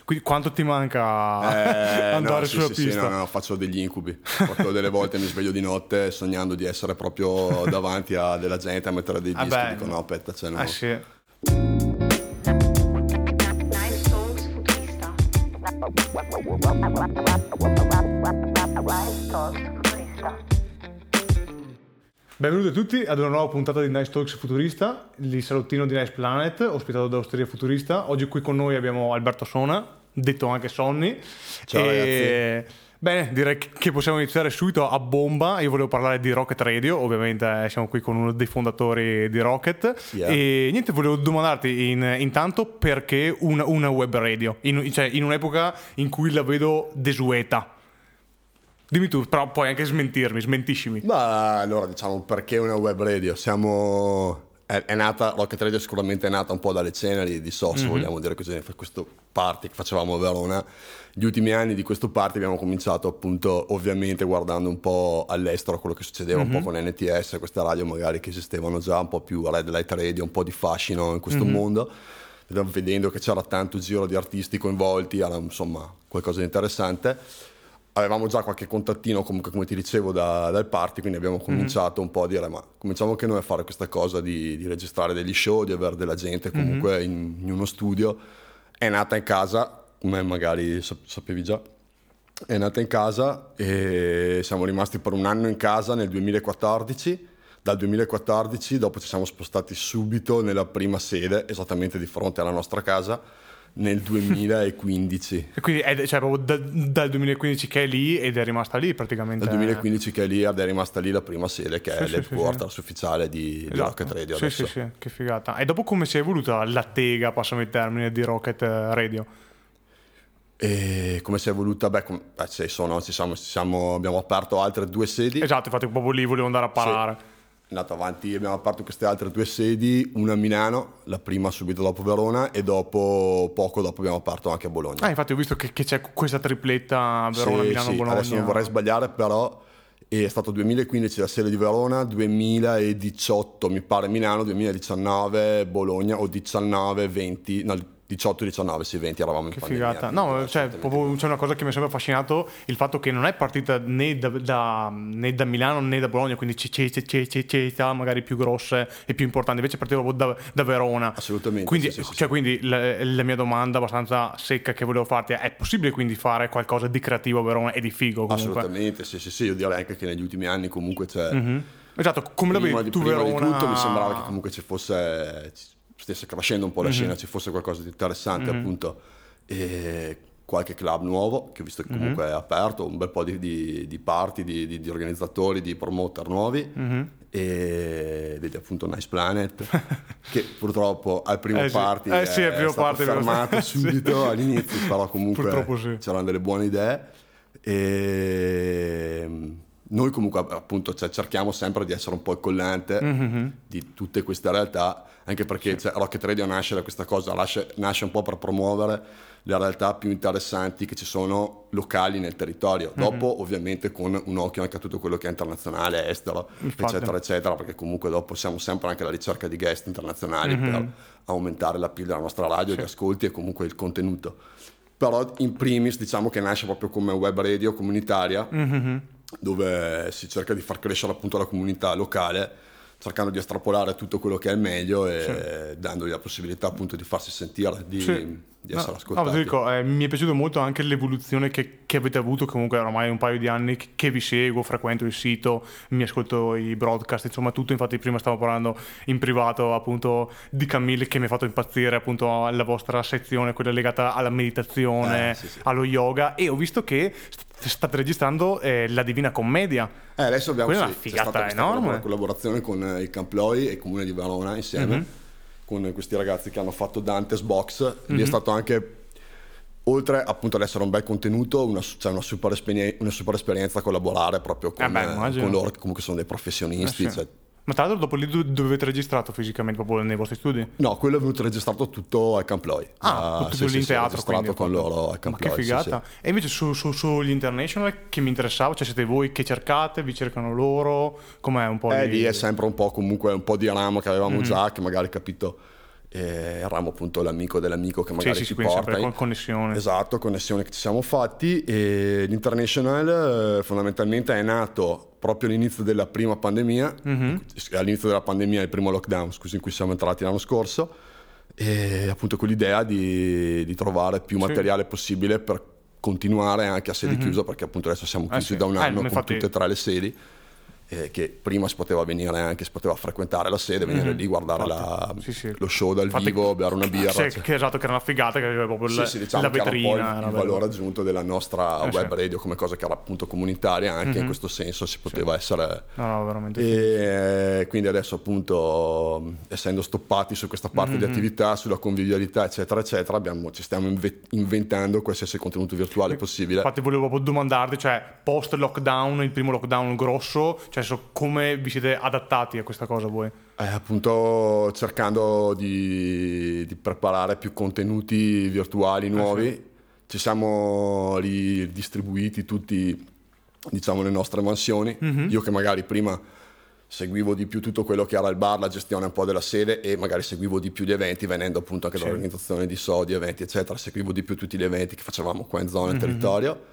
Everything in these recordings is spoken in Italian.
Quindi quanto ti manca andare sulla pista? No, faccio degli incubi. Proprio delle volte mi sveglio di notte sognando di essere proprio davanti a della gente a mettere dei dischi. Dico no, aspetta, c'è no. Sì. Benvenuti a tutti ad una nuova puntata di Nice Talks Futurista, il salottino di Nice Planet, ospitato da Osteria Futurista. Oggi qui con noi abbiamo Alberto Sona, detto anche Sonny. Ciao ragazzi. Bene, direi che possiamo iniziare subito a bomba. Io volevo parlare di Rocket Radio, ovviamente siamo qui con uno dei fondatori di Rocket. Yeah. E niente, volevo domandarti intanto perché una web radio, in un'epoca in cui la vedo desueta. Dimmi tu, però puoi anche smentiscimi. Ma allora diciamo perché una web radio? È nata, Rocket Radio sicuramente è nata un po' dalle ceneri di SOS, vogliamo dire così, questo party che facevamo a Verona. Gli ultimi anni di questo party abbiamo cominciato appunto ovviamente guardando un po' all'estero quello che succedeva un po' con NTS, queste radio magari che esistevano già, un po' più Red Light Radio, un po' di fascino in questo mondo, vedendo che c'era tanto giro di artisti coinvolti, era insomma qualcosa di interessante. Avevamo già qualche contattino comunque, come ti dicevo, dal party, quindi abbiamo cominciato un po' a dire ma cominciamo anche noi a fare questa cosa di registrare degli show, di avere della gente comunque in uno studio. È nata in casa, come magari sapevi già, è nata in casa e siamo rimasti per un anno in casa nel 2014. Dal 2014 dopo ci siamo spostati subito nella prima sede, esattamente di fronte alla nostra casa, nel 2015. E quindi cioè proprio dal 2015 che è lì ed è rimasta lì praticamente. Dal 2015 che è lì ed è rimasta lì la prima sede che è l'headquarters ufficiale di Rocket Radio adesso. Sì, che figata. E dopo come si è evoluta la tega, passami il termine, di Rocket Radio? E come si è evoluta? Abbiamo aperto altre 2 sedi. Esatto, infatti proprio lì volevo andare a parare. Sì. Andato avanti, abbiamo aperto queste altre 2 sedi, una a Milano, la prima subito dopo Verona, e poco dopo abbiamo aperto anche a Bologna. Infatti ho visto che c'è questa tripletta Verona, Milano, sì, Bologna. Adesso non vorrei sbagliare, però è stato 2015 la sede di Verona, 2018 mi pare Milano, 2019 Bologna, o 19-20, no 18-19, sì 20 eravamo in pandemia. Che figata. No, cioè proprio c'è una cosa che mi è sempre affascinato, il fatto che non è partita né da Milano né da Bologna, quindi città magari più grosse e più importanti, invece partiva proprio da Verona. Assolutamente. Quindi, sì. Quindi la mia domanda abbastanza secca che volevo farti è possibile quindi fare qualcosa di creativo a Verona e di figo comunque? Assolutamente, sì, io direi anche che negli ultimi anni comunque c'è... Esatto, come la vedi tu prima Verona? di tutto mi sembrava che comunque stesse crescendo un po' la scena, ci fosse qualcosa di interessante appunto, e qualche club nuovo che ho visto che comunque è aperto, un bel po' di party, di organizzatori, di promoter nuovi, e vedi appunto Nice Planet che purtroppo al primo party è stato fermato subito all'inizio, però comunque c'erano delle buone idee e noi comunque appunto cerchiamo sempre di essere un po' il collante di tutte queste realtà, anche perché Rocket Radio nasce da questa cosa, nasce un po' per promuovere le realtà più interessanti che ci sono locali nel territorio, dopo ovviamente con un occhio anche a tutto quello che è internazionale, estero, eccetera, perché comunque dopo siamo sempre anche alla ricerca di guest internazionali per aumentare la PIL della nostra radio, gli ascolti e comunque il contenuto. Però in primis diciamo che nasce proprio come web radio comunitaria, dove si cerca di far crescere appunto la comunità locale, cercando di estrapolare tutto quello che è il meglio e dandogli la possibilità appunto di farsi sentire, di essere ascoltati. Ti dico, mi è piaciuto molto anche l'evoluzione che avete avuto, comunque ormai un paio di anni che vi seguo, frequento il sito, mi ascolto i broadcast, insomma tutto. Infatti prima stavo parlando in privato appunto di Camille, che mi ha fatto impazzire appunto la vostra sezione, quella legata alla meditazione, allo yoga, e ho visto che state registrando la Divina Commedia. Adesso abbiamo una figata enorme, una collaborazione con il Camploy e il Comune di Verona insieme con questi ragazzi che hanno fatto Dante's Box. Lì è stato anche, oltre appunto ad essere un bel contenuto, una super esperienza collaborare proprio con loro che comunque sono dei professionisti. Ma tra l'altro dopo lì dove avete registrato fisicamente, proprio nei vostri studi? No, quello è venuto registrato tutto al Camploy. Tutto lì in teatro, quindi con loro al Camploy. Ma che figata. E invece sugli international che mi interessava, cioè siete voi che cercate, vi cercano loro, com'è un po' lì è sempre un po' comunque un po' di ramo che avevamo già, che magari capito eravamo appunto l'amico dell'amico che magari sì, ti quindi porta sempre con connessione. Esatto, connessione che ci siamo fatti, e l'International fondamentalmente è nato proprio all'inizio della prima pandemia, all'inizio della pandemia, il primo lockdown, scusi, in cui siamo entrati l'anno scorso, e appunto con l'idea di trovare più materiale possibile per continuare anche a sede chiusa, perché appunto adesso siamo chiusi da un anno con infatti... tutte e tre le sedi, che prima si poteva venire anche, si poteva frequentare la sede, venire lì, guardare lo show dal vivo, bere una birra. Che esatto, che era una figata, che aveva proprio diciamo la che vetrina. Era un po' il valore aggiunto della nostra web radio, come cosa che era appunto comunitaria, anche in questo senso si poteva essere... No, veramente. E quindi adesso appunto, essendo stoppati su questa parte di attività, sulla convivialità, eccetera, eccetera, ci stiamo inventando qualsiasi contenuto virtuale possibile. Infatti volevo proprio domandarti, cioè, post lockdown, il primo lockdown grosso, cioè come vi siete adattati a questa cosa voi? Appunto cercando di preparare più contenuti virtuali nuovi. Ci siamo ridistribuiti tutti, diciamo, le nostre mansioni. Io che magari prima seguivo di più tutto quello che era il bar, la gestione un po' della sede, e magari seguivo di più gli eventi, venendo appunto anche dall'organizzazione di di eventi eccetera, seguivo di più tutti gli eventi che facevamo qua in zona e territorio.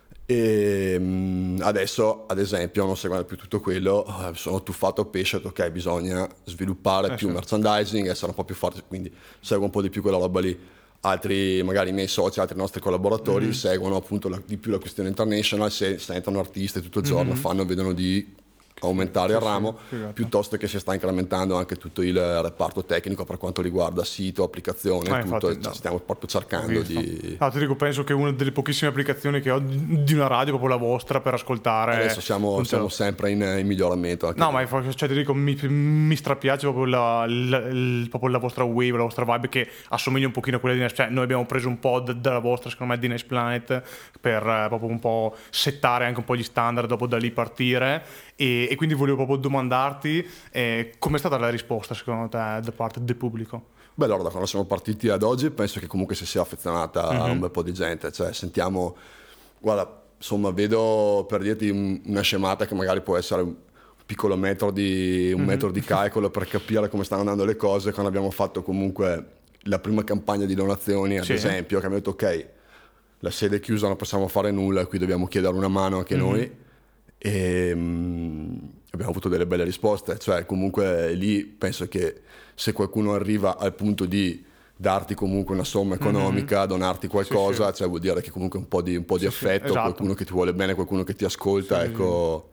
E adesso ad esempio, non seguendo più tutto quello, sono tuffato a pesce, ok, bisogna sviluppare più merchandising, essere un po' più forti, quindi seguo un po' di più quella roba lì. Altri, magari i miei soci, altri nostri collaboratori seguono appunto di più la questione international, se sentono artisti tutto il giorno, vedono di aumentare il ramo, piuttosto che si sta incrementando anche tutto il reparto tecnico per quanto riguarda sito, applicazione, tutto. Infatti, stiamo proprio cercando di... ti dico, penso che una delle pochissime applicazioni che ho di una radio, proprio la vostra, per ascoltare. Adesso siamo sempre in miglioramento anche. No, ma cioè, ti dico, mi strapiace proprio proprio la vostra wave, la vostra vibe, che assomiglia un pochino a quella di Nice Planet. Noi abbiamo preso un po' dalla vostra, secondo me, di Nice Planet, per proprio un po' settare anche un po' gli standard, dopo da lì partire. E quindi volevo proprio domandarti com'è stata la risposta secondo te da parte del pubblico? Beh, allora, da quando siamo partiti ad oggi penso che comunque si sia affezionata a un bel po' di gente, cioè sentiamo, guarda, insomma, vedo, per dirti una scemata che magari può essere un piccolo metro di calcolo per capire come stanno andando le cose, quando abbiamo fatto comunque la prima campagna di donazioni, ad esempio, che abbiamo detto ok, la sede è chiusa, non possiamo fare nulla, qui dobbiamo chiedere una mano anche noi. E abbiamo avuto delle belle risposte, cioè comunque lì penso che se qualcuno arriva al punto di darti comunque una somma economica, donarti qualcosa, cioè vuol dire che comunque un po' di affetto, esatto. Qualcuno che ti vuole bene, qualcuno che ti ascolta, ecco.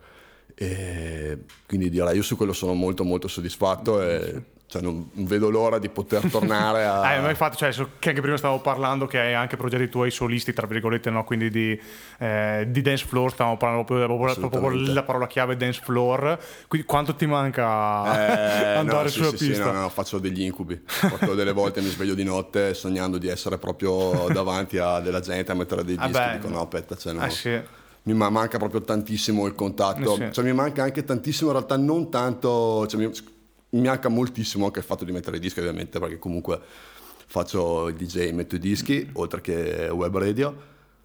E quindi direi, io su quello sono molto molto soddisfatto e cioè non vedo l'ora di poter tornare a... ma infatti, cioè, che anche prima stavo parlando che hai anche progetti tuoi solisti, tra virgolette, no? Quindi di dance floor, stavamo parlando proprio la parola chiave dance floor. Quindi quanto ti manca andare sulla pista? No, faccio degli incubi. Proprio delle volte mi sveglio di notte sognando di essere proprio davanti a della gente a mettere dei dischi, dico no, aspetta, cioè no. Mi manca proprio tantissimo il contatto, cioè mi manca anche tantissimo, in realtà non tanto, cioè mi manca moltissimo anche il fatto di mettere i dischi, ovviamente, perché comunque faccio il DJ, metto i dischi oltre che web radio,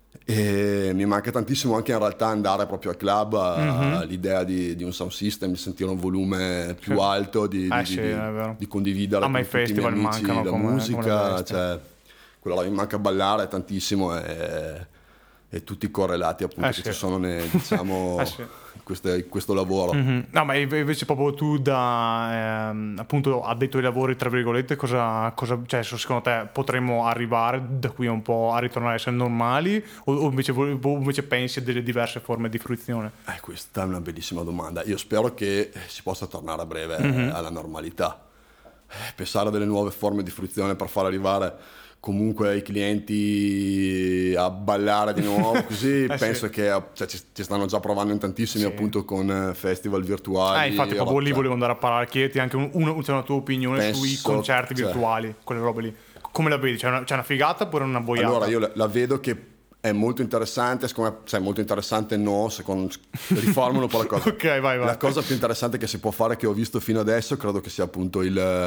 e mi manca tantissimo anche in realtà andare proprio al club, l'idea di un sound system, di sentire un volume più alto, di condividere con tutti i miei amici la musica, cioè quello là mi manca, ballare tantissimo e tutti i correlati appunto che ci sono diciamo questo lavoro. No, ma invece proprio tu da appunto addetto ai lavori, tra virgolette, cosa cioè, secondo te potremmo arrivare da qui un po' a ritornare a essere normali o invece pensi a delle diverse forme di fruizione? Questa è una bellissima domanda. Io spero che si possa tornare a breve alla normalità, pensare a delle nuove forme di fruizione per far arrivare comunque i clienti a ballare di nuovo, così penso che cioè, ci stanno già provando in tantissimi appunto con festival virtuali. Infatti proprio lì volevo andare a parlare, chiederti anche una tua opinione sui concerti virtuali, quelle robe lì. Come la vedi? C'è una figata oppure una boiata? Allora io la vedo che è molto interessante, secondo me, cioè molto interessante no, riformulo un po' la cosa. Ok, vai. La cosa più interessante che si può fare, che ho visto fino adesso, credo che sia appunto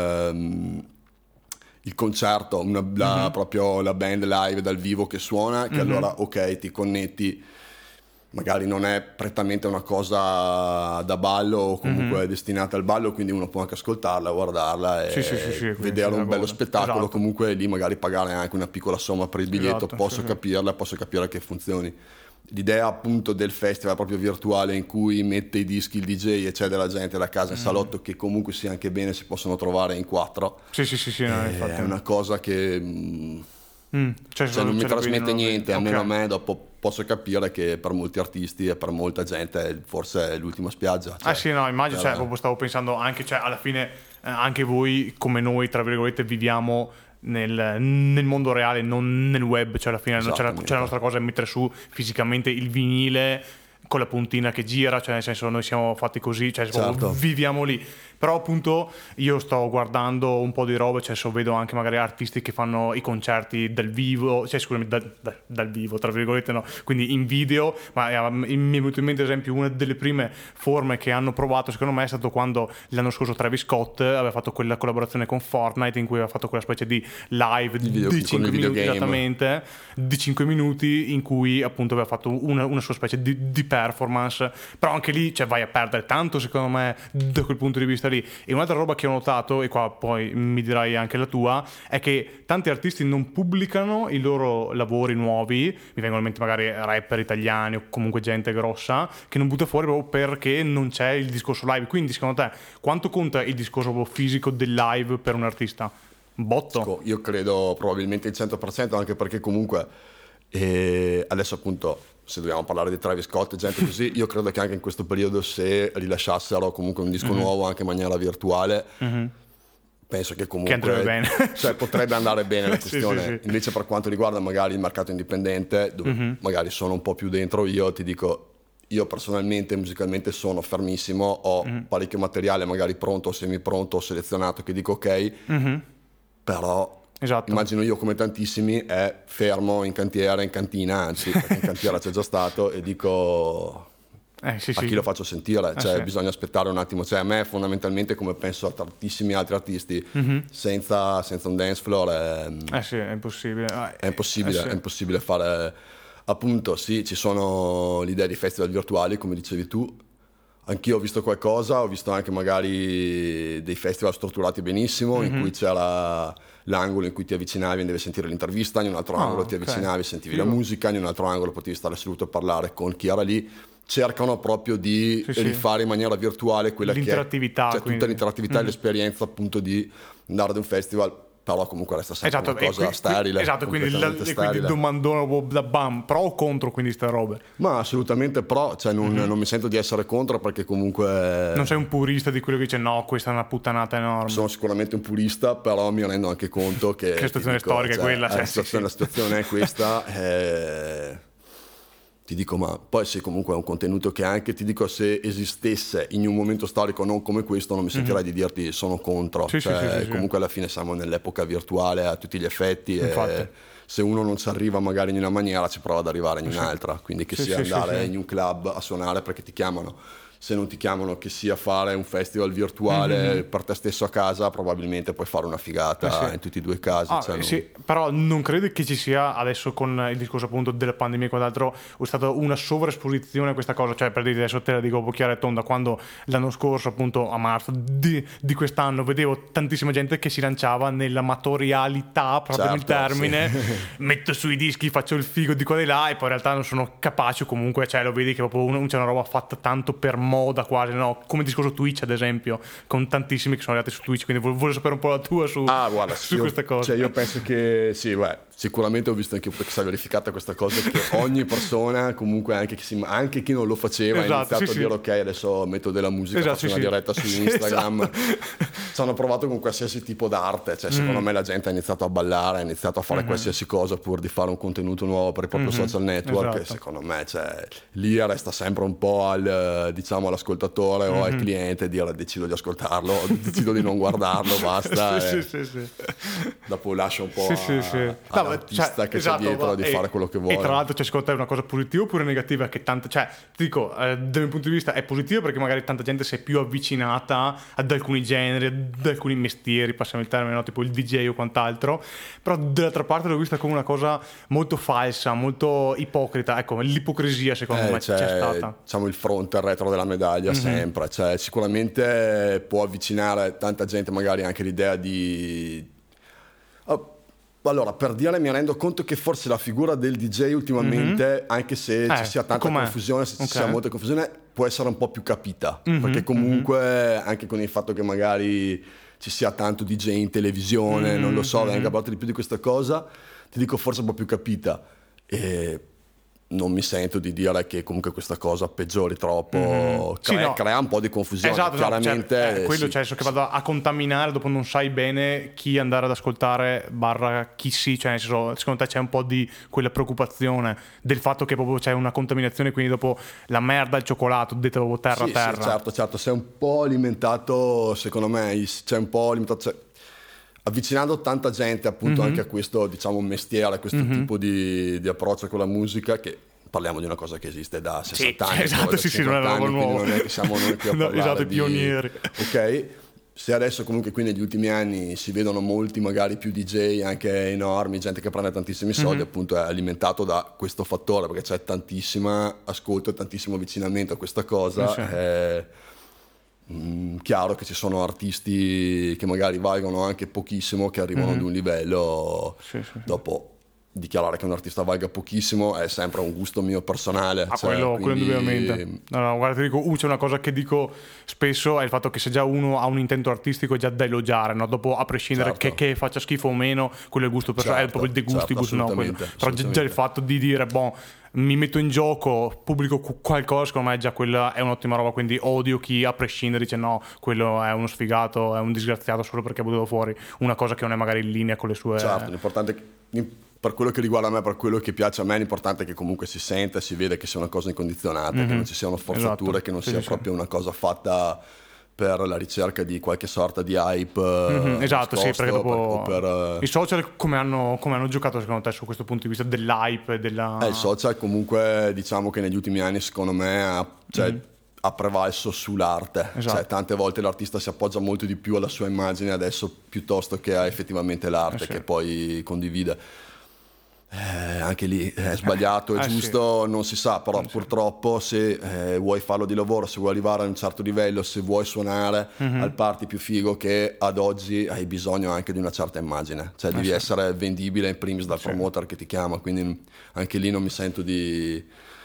il concerto, proprio la band live dal vivo che suona, che allora ok, ti connetti magari non è prettamente una cosa da ballo o comunque destinata al ballo, quindi uno può anche ascoltarla, guardarla e vedere un bello spettacolo. Esatto. Comunque lì magari pagare anche una piccola somma per il biglietto, posso capirla, posso capire che funzioni. L'idea appunto del festival proprio virtuale in cui mette i dischi il DJ e c'è della gente da casa in salotto che comunque sia anche bene si possono trovare in 4, no, infatti. è una cosa che Cioè, non mi trasmette niente, almeno a Ok. me. Dopo posso capire che per molti artisti e per molta gente forse è l'ultima spiaggia, cioè, Sì, no, immagino, cioè, proprio stavo pensando anche, cioè, alla fine anche voi come noi, tra virgolette, viviamo nel mondo reale, non nel web, cioè alla fine c'è la nostra cosa è mettere su fisicamente il vinile con la puntina che gira, cioè nel senso noi siamo fatti così, cioè viviamo lì. Però appunto io sto guardando un po' di robe, cioè vedo anche magari artisti che fanno i concerti dal vivo, cioè scusami, dal vivo, tra virgolette, no, quindi in video, ma mi è venuto in mente ad esempio una delle prime forme che hanno provato, secondo me è stato quando l'anno scorso Travis Scott aveva fatto quella collaborazione con Fortnite in cui aveva fatto quella specie di live di 5 minuti esattamente, di 5 minuti in cui appunto aveva fatto una sua specie di performance, però anche lì cioè, vai a perdere tanto secondo me da quel punto di vista lì. E un'altra roba che ho notato, e qua poi mi dirai anche la tua, è che tanti artisti non pubblicano i loro lavori nuovi, mi vengono in mente magari rapper italiani o comunque gente grossa che non butta fuori proprio perché non c'è il discorso live. Quindi secondo te quanto conta il discorso proprio fisico del live per un artista? Botto? Io credo probabilmente il 100%, anche perché comunque adesso appunto se dobbiamo parlare di Travis Scott e gente così, io credo che anche in questo periodo se rilasciassero comunque un disco nuovo anche in maniera virtuale, penso che comunque che andrebbe bene. Cioè potrebbe andare bene la questione. Sì. Invece per quanto riguarda magari il mercato indipendente, dove magari sono un po' più dentro, io ti dico, io personalmente musicalmente sono fermissimo, ho parecchio materiale magari pronto o semipronto o selezionato che dico ok, però Esatto. immagino io come tantissimi è fermo in cantiere, in cantina, anzi perché in cantiera c'è già stato, e dico a chi lo faccio sentire, cioè bisogna aspettare un attimo, cioè a me fondamentalmente come penso a tantissimi altri artisti senza un dance floor è impossibile. È impossibile fare, appunto sì, ci sono l'idea di festival virtuali come dicevi tu. Anch'io ho visto qualcosa, ho visto anche magari dei festival strutturati benissimo in cui c'era l'angolo in cui ti avvicinavi e andavi a sentire l'intervista, in un altro angolo ti avvicinavi e sentivi la musica, in un altro angolo potevi stare seduto a parlare con chi era lì. Cercano proprio di rifare in maniera virtuale quella che è cioè, tutta l'interattività e l'esperienza appunto di andare ad un festival, però comunque resta sempre una cosa sterile. Esatto, quindi domandone da bam, pro o contro quindi ste robe? Ma assolutamente pro, cioè non mi sento di essere contro perché comunque... Non sei un purista di quello che dice no, questa è una puttanata enorme. Sono sicuramente un purista, però mi rendo anche conto che... che la situazione storica è quella. La situazione è questa... Ti dico, ma poi se comunque è un contenuto che anche, ti dico, se esistesse in un momento storico non come questo, non mi sentirei di dirti sono contro. Comunque alla fine siamo nell'epoca virtuale a tutti gli effetti e se uno non ci arriva magari in una maniera ci prova ad arrivare in un'altra, quindi che sia andare in un club a suonare perché ti chiamano. Se non ti chiamano, che sia fare un festival virtuale per te stesso a casa, probabilmente puoi fare una figata in tutti e due i casi. Però non credi che ci sia adesso con il discorso appunto della pandemia e quant'altro è stata una sovraesposizione a questa cosa, cioè per dire adesso te la dico un po' chiara e tonda, quando l'anno scorso appunto a marzo di quest'anno vedevo tantissima gente che si lanciava nell'amatorialità, proprio il termine, metto sui dischi, faccio il figo di qua e là e poi in realtà non sono capace, comunque cioè lo vedi che proprio c'è una roba fatta tanto per moda quasi, no? Come il discorso Twitch ad esempio, con tantissimi che sono arrivati su Twitch, quindi voglio sapere un po' la tua su questa cosa. Cioè io penso che sicuramente ho visto anche perché si è verificata questa cosa che ogni persona comunque anche chi non lo faceva ha iniziato a dire ok adesso metto della musica, faccio una diretta su Instagram. Ci hanno provato con qualsiasi tipo d'arte, cioè secondo me la gente ha iniziato a ballare, ha iniziato a fare qualsiasi cosa pur di fare un contenuto nuovo per il proprio social network e secondo me lì resta sempre un po' all'ascoltatore o al cliente dire decido di ascoltarlo o decido di non guardarlo, basta dopo lascio un po' l'artista che esatto, c'è dietro di fare quello che vuole. E tra l'altro, cioè, secondo te è una cosa positiva oppure negativa? Che tanta, cioè, ti dico, dal mio punto di vista è positiva perché magari tanta gente si è più avvicinata ad alcuni generi, ad alcuni mestieri, passiamo il termine, no? Tipo il DJ o quant'altro, però dall'altra parte l'ho vista come una cosa molto falsa, molto ipocrita. Ecco, l'ipocrisia secondo me c'è stata. Diciamo il fronte e il retro della medaglia sempre, cioè, sicuramente può avvicinare tanta gente magari anche l'idea di... Allora, per dire, mi rendo conto che forse la figura del DJ ultimamente, anche se ci sia tanta confusione, se ci sia molta confusione, può essere un po' più capita, perché comunque anche con il fatto che magari ci sia tanto DJ in televisione, non lo so, venga parlato di più di questa cosa, ti dico forse un po' più capita. E non mi sento di dire che comunque questa cosa peggiori troppo, crea un po' di confusione. Esatto, chiaramente. Quello cioè, che vado a contaminare, dopo non sai bene chi andare ad ascoltare barra chi sì, cioè nel senso, secondo te c'è un po' di quella preoccupazione del fatto che proprio c'è una contaminazione, quindi dopo la merda al cioccolato, detta proprio terra a terra. Sì, certo, sei un po' alimentato, secondo me, c'è un po' alimentato... Cioè, avvicinando tanta gente appunto anche a questo, diciamo, mestiere, a questo tipo di approccio con la musica, che parliamo di una cosa che esiste da 60 anni, esatto, non è roba nuova, non è che siamo noi qui a parlare esatto, i pionieri. Ok, se adesso comunque qui negli ultimi anni si vedono molti magari più DJ anche enormi, gente che prende tantissimi soldi, appunto è alimentato da questo fattore, perché c'è tantissima ascolto e tantissimo avvicinamento a questa cosa. Chiaro che ci sono artisti che magari valgono anche pochissimo, che arrivano ad un livello. Dopo dichiarare che un artista valga pochissimo è sempre un gusto mio personale, quello indubbiamente. No, guarda, ti dico, c'è una cosa che dico spesso, è il fatto che se già uno ha un intento artistico è già da elogiare, no? Dopo a prescindere che faccia schifo o meno, quello è il gusto personale, è proprio il de gustibus, no? Però già il fatto di dire mi metto in gioco, pubblico qualcosa, secondo me già quella è un'ottima roba, quindi odio chi a prescindere dice no, quello è uno sfigato, è un disgraziato solo perché ha buttato fuori una cosa che non è magari in linea con le sue... Certo, l'importante è che, per quello che riguarda me, per quello che piace a me, l'importante è che comunque si senta e si vede che sia una cosa incondizionata, che non ci siano forzature, che non sia proprio una cosa fatta per la ricerca di qualche sorta di hype. Esatto, sì, perché dopo i social come hanno giocato secondo te su questo punto di vista dell'hype e il social comunque diciamo che negli ultimi anni secondo me ha prevalso sull'arte, cioè tante volte l'artista si appoggia molto di più alla sua immagine adesso piuttosto che a effettivamente l'arte che poi condivide. Anche lì è sbagliato, è giusto, non si sa, però purtroppo se vuoi farlo di lavoro, se vuoi arrivare a un certo livello, se vuoi suonare al party più figo, che ad oggi hai bisogno anche di una certa immagine, cioè devi essere vendibile in primis dal promoter che ti chiama, quindi anche lì non mi sento di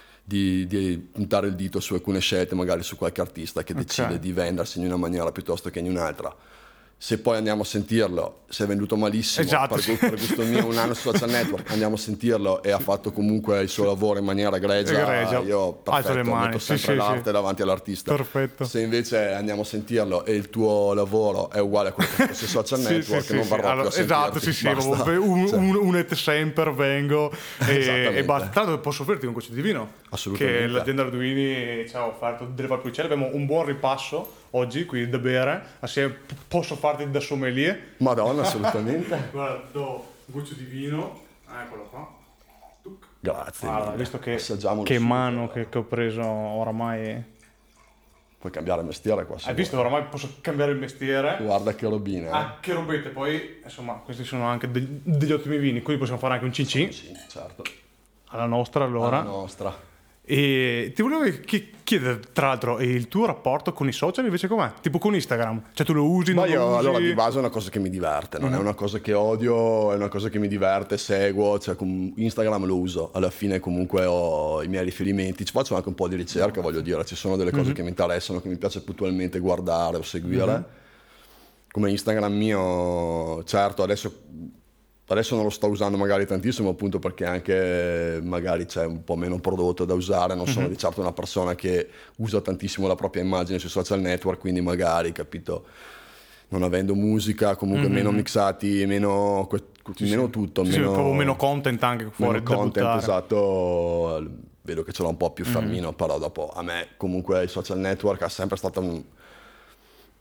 puntare il dito su alcune scelte, magari su qualche artista che decide di vendersi in una maniera piuttosto che in un'altra. Se poi andiamo a sentirlo, si è venduto malissimo, per gusto mio, un anno su social network, andiamo a sentirlo e ha fatto comunque il suo lavoro in maniera egregia, io perfetto, metto sempre l'arte davanti all'artista. Perfetto. Se invece andiamo a sentirlo e il tuo lavoro è uguale a quello che fosse social network, non verrò più a sentirti. Esatto, un et semper vengo e basta. Tra l'altro posso offrirti un goccio di vino? Assolutamente. Che l'azienda Arduini ci ha offerto delle Valpolicelle, abbiamo un buon ripasso oggi qui da bere, assieme posso farti da sommelier? Madonna, assolutamente. Guarda, do un goccio di vino, eccolo qua. Grazie. Allora, visto che mano che ho preso oramai. Puoi cambiare mestiere qua. Hai visto, oramai posso cambiare il mestiere. Guarda che robine. Che robette, poi insomma questi sono anche degli ottimi vini, quindi possiamo fare anche un cin-cin. Certo. Alla nostra allora. Alla nostra. E ti volevo chiedere, tra l'altro, il tuo rapporto con i social invece com'è? Tipo con Instagram? Cioè tu lo usi? Ma io allora di base è una cosa che mi diverte, non è una cosa che odio, è una cosa che mi diverte, seguo, cioè Instagram lo uso, alla fine comunque ho i miei riferimenti, ci faccio anche un po' di ricerca, voglio dire, ci sono delle cose che mi interessano, che mi piace puntualmente guardare o seguire, come Instagram mio, certo adesso non lo sto usando magari tantissimo appunto perché anche magari c'è un po' meno prodotto da usare, non sono di certo una persona che usa tantissimo la propria immagine sui social network, quindi magari, capito, non avendo musica, comunque meno mixati, meno tutto, meno content anche fuori da content, buttare. Esatto, vedo che ce l'ho un po' più fermino, però dopo a me comunque i social network ha sempre stato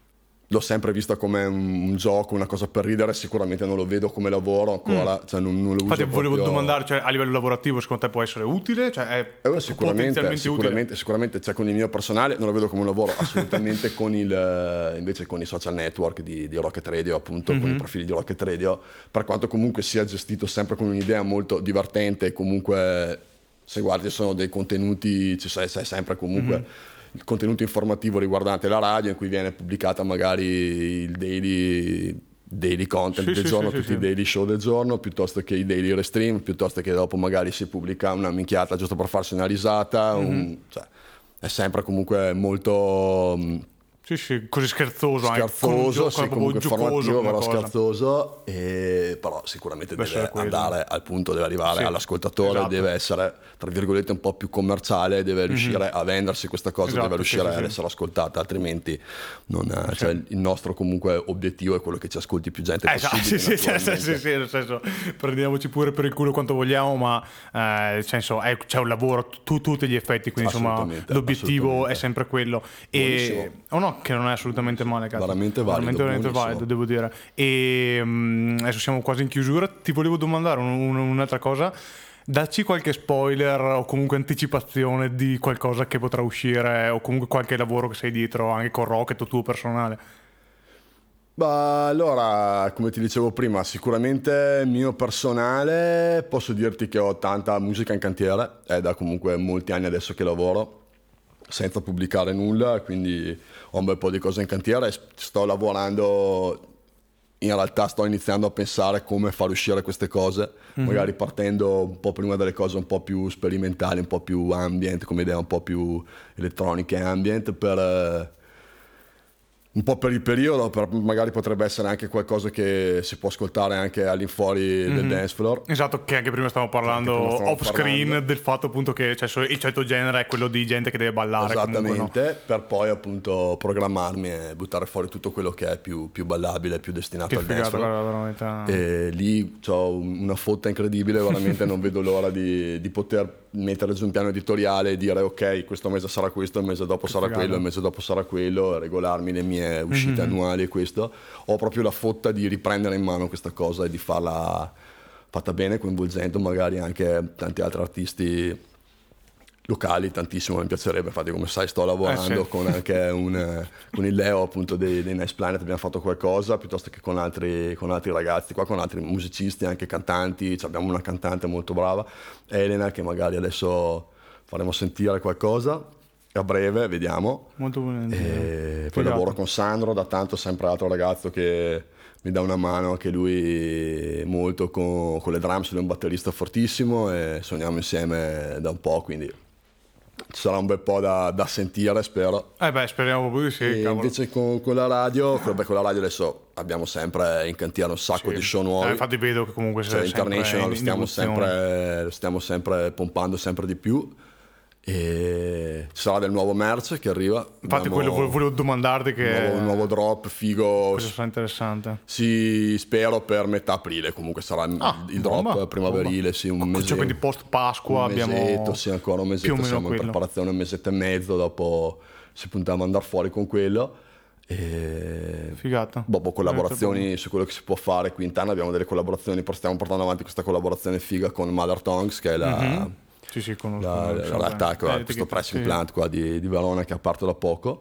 l'ho sempre vista come un gioco, una cosa per ridere, sicuramente non lo vedo come lavoro ancora, cioè non lo uso. Infatti volevo proprio... domandare, cioè, a livello lavorativo secondo te può essere utile? Cioè è potenzialmente utile? Sicuramente, cioè, con il mio personale non lo vedo come un lavoro, assolutamente invece con i social network di Rocket Radio, appunto, con i profili di Rocket Radio, per quanto comunque sia gestito sempre con un'idea molto divertente, comunque se guardi sono dei contenuti, sai sempre comunque... il contenuto informativo riguardante la radio in cui viene pubblicata magari il daily content del giorno, tutti i daily show del giorno, piuttosto che i daily restream, piuttosto che dopo magari si pubblica una minchiata giusto per farsi una risata, cioè, è sempre comunque molto... Sì, così scherzoso, scherzoso, sì, comunque giocoso, informativo, però scherzoso, però sicuramente deve andare al punto, deve arrivare all'ascoltatore, esatto. Deve essere, tra virgolette, un po' più commerciale, deve riuscire a vendersi questa cosa, esatto, deve riuscire ad essere ascoltata, altrimenti non, cioè, il nostro comunque obiettivo è quello che ci ascolti più gente possibile. Sì, nel senso, prendiamoci pure per il culo quanto vogliamo, ma nel senso c'è un lavoro tutti gli effetti, quindi insomma l'obiettivo è sempre quello. E no, che non è assolutamente male, cazzo. Veramente valido, devo dire. E adesso siamo quasi in chiusura. Ti volevo domandare un'altra cosa. Dacci qualche spoiler o comunque anticipazione di qualcosa che potrà uscire, o comunque qualche lavoro che sei dietro anche con Rocket o tuo personale. Allora, come ti dicevo prima, sicuramente mio personale, posso dirti che ho tanta musica in cantiere, è da comunque molti anni adesso che lavoro senza pubblicare nulla, quindi ho un bel po' di cose in cantiere, sto lavorando, in realtà sto iniziando a pensare come far uscire queste cose, magari partendo un po' prima delle cose un po' più sperimentali, un po' più ambient, come idea un po' più elettronica e ambient, per un po' per il periodo, magari potrebbe essere anche qualcosa che si può ascoltare anche all'infuori del dance floor. Esatto, che anche prima stavamo parlando off screen del fatto appunto che il certo genere è quello di gente che deve ballare. Esattamente, comunque, no? Per poi appunto programmarmi e buttare fuori tutto quello che è più ballabile, più destinato al dance floor. E lì ho una fotta incredibile, veramente non vedo l'ora di poter mettere giù un piano editoriale e dire ok, questo mese sarà questo, il mese dopo sarà quello, il mese dopo sarà quello, regolarmi le mie uscite annuali e questo. Ho proprio la fotta di riprendere in mano questa cosa e di farla fatta bene, coinvolgendo magari anche tanti altri artisti locali, tantissimo mi piacerebbe. Infatti, come sai, sto lavorando con anche con il Leo appunto dei Nice Planet, abbiamo fatto qualcosa, piuttosto che con altri ragazzi qua, con altri musicisti, anche cantanti. Abbiamo una cantante molto brava, Elena, che magari adesso faremo sentire qualcosa a breve, vediamo. Molto bene. E poi lavoro con Sandro da tanto, sempre altro ragazzo che mi dà una mano anche lui molto con le drums, lui è un batterista fortissimo e suoniamo insieme da un po', quindi ci sarà un bel po' da sentire, spero. Speriamo proprio di sì. E invece con la radio, con la radio adesso abbiamo sempre in cantiere un sacco di show nuovi. Infatti vedo che comunque International lo stiamo sempre pompando sempre di più. E ci sarà del nuovo merch che arriva. Infatti quello volevo domandarti, che un nuovo drop figo. Questo sarà interessante. Sì, spero per metà aprile, comunque sarà il drop primaverile, sì, un mese. Cioè, quindi post Pasqua abbiamo sì, ancora un mesetto, siamo in preparazione, un mesetto e mezzo, dopo si puntava a andare fuori con quello. E figata. Dopo collaborazioni su quello che si può fare qui interno, abbiamo delle collaborazioni, stiamo portando avanti questa collaborazione figa con Mother Tongues, che è la realtà, questo pressing plant qua di Verona che ha aperto da poco,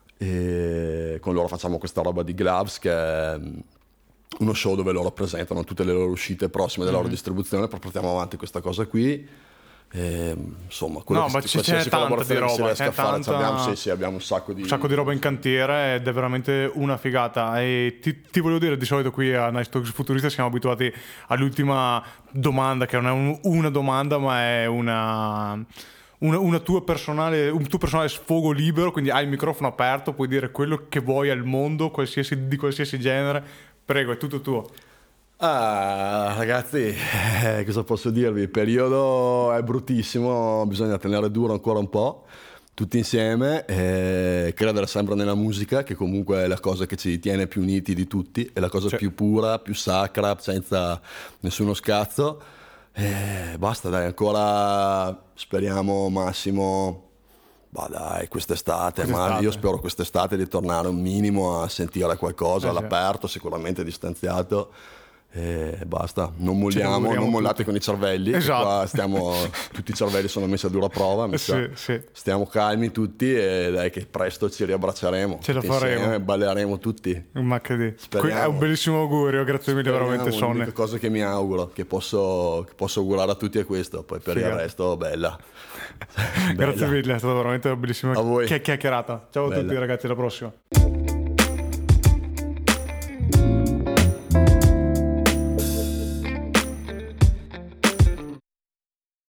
e con loro facciamo questa roba di Gloves, che è uno show dove loro presentano tutte le loro uscite prossime della loro distribuzione, poi portiamo avanti questa cosa qui. Insomma, ma c'è tanta di roba, abbiamo un sacco di roba in cantiere ed è veramente una figata. E ti volevo dire, di solito qui a Nice Talks Futurista siamo abituati all'ultima domanda, che non è una domanda ma è un tuo personale sfogo libero, quindi hai il microfono aperto, puoi dire quello che vuoi al mondo, di qualsiasi genere. Prego, è tutto tuo. Ragazzi, cosa posso dirvi? Il periodo è bruttissimo, bisogna tenere duro ancora un po', tutti insieme, credere sempre nella musica, che comunque è la cosa che ci tiene più uniti di tutti, è la cosa più pura, più sacra, senza nessuno scazzo. Basta, dai, ancora speriamo massimo Ma dai, quest'estate, ma io spero quest'estate di tornare un minimo a sentire qualcosa all'aperto, sicuramente distanziato. E basta, non molliamo, non mollate tutti con i cervelli. Esatto. Qua stiamo, tutti i cervelli sono messi a dura prova. Sì. Stiamo calmi tutti e dai che presto ci riabbracceremo. Ce la faremo. E balleremo tutti. Ma che di. È un bellissimo augurio, grazie mille veramente Sonne. L'unica cosa che mi auguro, che posso augurare a tutti è questo, poi per il resto bella. Grazie mille, è stata veramente una bellissima chiacchierata. Ciao a tutti ragazzi, alla prossima.